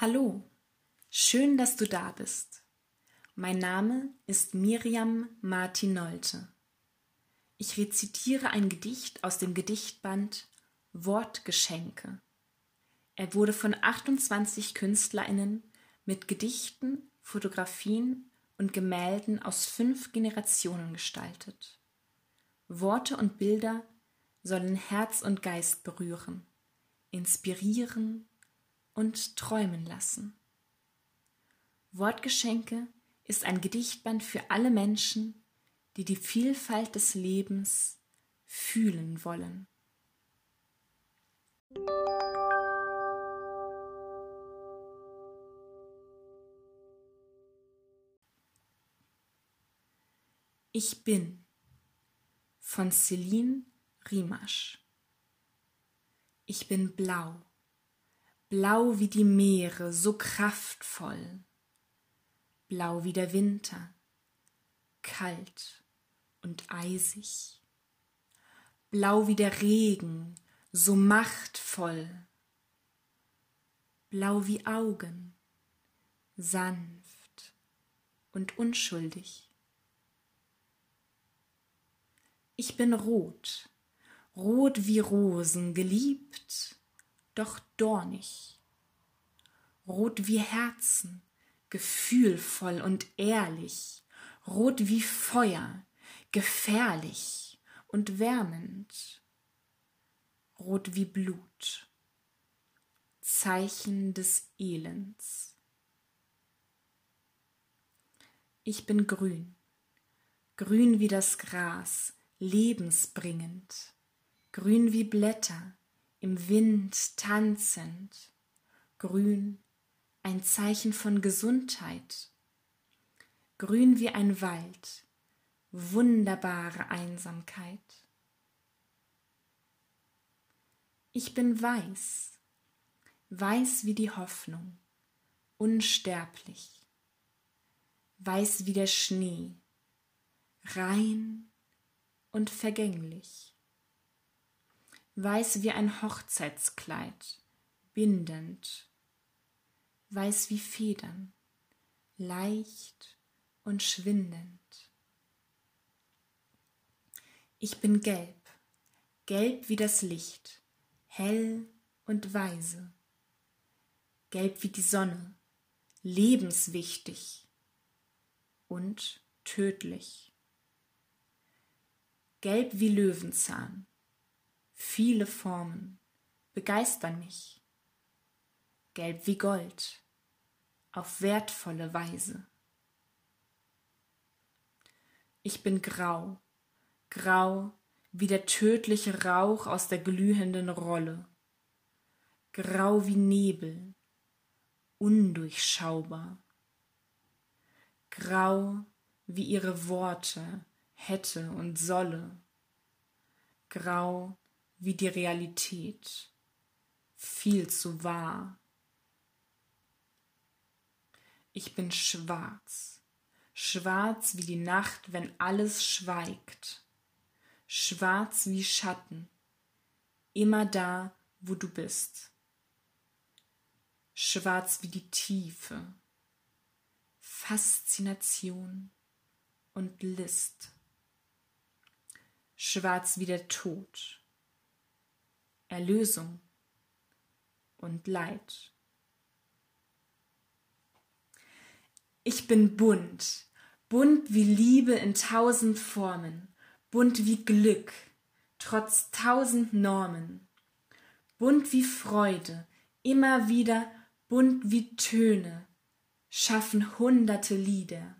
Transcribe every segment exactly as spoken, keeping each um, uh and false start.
Hallo, schön, dass du da bist. Mein Name ist Miriam Martinolte. Ich rezitiere ein Gedicht aus dem Gedichtband Wortgeschenke. Er wurde von achtundzwanzig KünstlerInnen mit Gedichten, Fotografien und Gemälden aus fünf Generationen gestaltet. Worte und Bilder sollen Herz und Geist berühren, inspirieren und träumen lassen. Wortgeschenke ist ein Gedichtband für alle Menschen, die die Vielfalt des Lebens fühlen wollen. Ich bin von Celine Rimasch. Ich bin blau, blau wie die Meere, so kraftvoll, blau wie der Winter, kalt und eisig, blau wie der Regen, so machtvoll, blau wie Augen, sanft und unschuldig. Ich bin rot, rot wie Rosen, geliebt, doch dornig, rot wie Herzen, gefühlvoll und ehrlich, rot wie Feuer, gefährlich und wärmend, rot wie Blut, Zeichen des Elends. Ich bin grün, grün wie das Gras, lebensbringend, grün wie Blätter, im Wind tanzend, grün, ein Zeichen von Gesundheit, grün wie ein Wald, wunderbare Einsamkeit. Ich bin weiß, weiß wie die Hoffnung, unsterblich, weiß wie der Schnee, rein und vergänglich, weiß wie ein Hochzeitskleid, bindend, weiß wie Federn, leicht und schwindend. Ich bin gelb, gelb wie das Licht, hell und weise, gelb wie die Sonne, lebenswichtig und tödlich. Gelb wie Löwenzahn, viele Formen begeistern mich. Gelb wie Gold, auf wertvolle Weise. Ich bin grau, grau wie der tödliche Rauch aus der glühenden Rolle. Grau wie Nebel, undurchschaubar. Grau wie ihre Worte, hätte und solle, grau wie die Realität, viel zu wahr. Ich bin schwarz, schwarz wie die Nacht, wenn alles schweigt, schwarz wie Schatten, immer da, wo du bist, schwarz wie die Tiefe, Faszination und List. Schwarz wie der Tod, Erlösung und Leid. Ich bin bunt, bunt wie Liebe in tausend Formen, bunt wie Glück, trotz tausend Normen, bunt wie Freude, immer wieder bunt wie Töne, schaffen hunderte Lieder.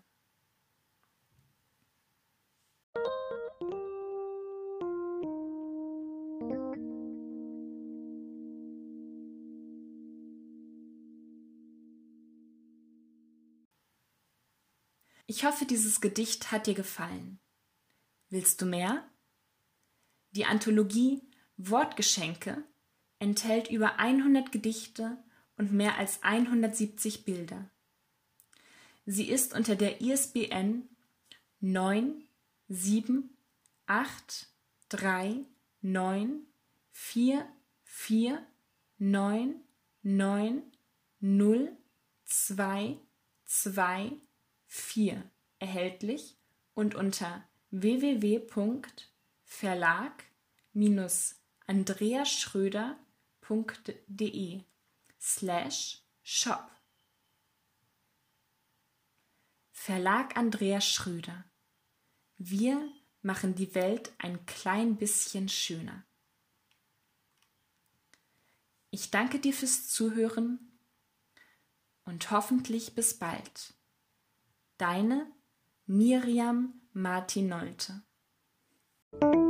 Ich hoffe, dieses Gedicht hat dir gefallen. Willst du mehr? Die Anthologie Wortgeschenke enthält über hundert Gedichte und mehr als hundertsiebzig Bilder. Sie ist unter der I S B N neun sieben acht drei neun vier vier neun neun null zwei zwei vier erhältlich und unter w w w punkt verlag Bindestrich andreaschröder punkt de slash shop. Verlag Andreas Schröder. Wir machen die Welt ein klein bisschen schöner. Ich danke dir fürs Zuhören und hoffentlich bis bald. Deine Miriam Martin Nolte.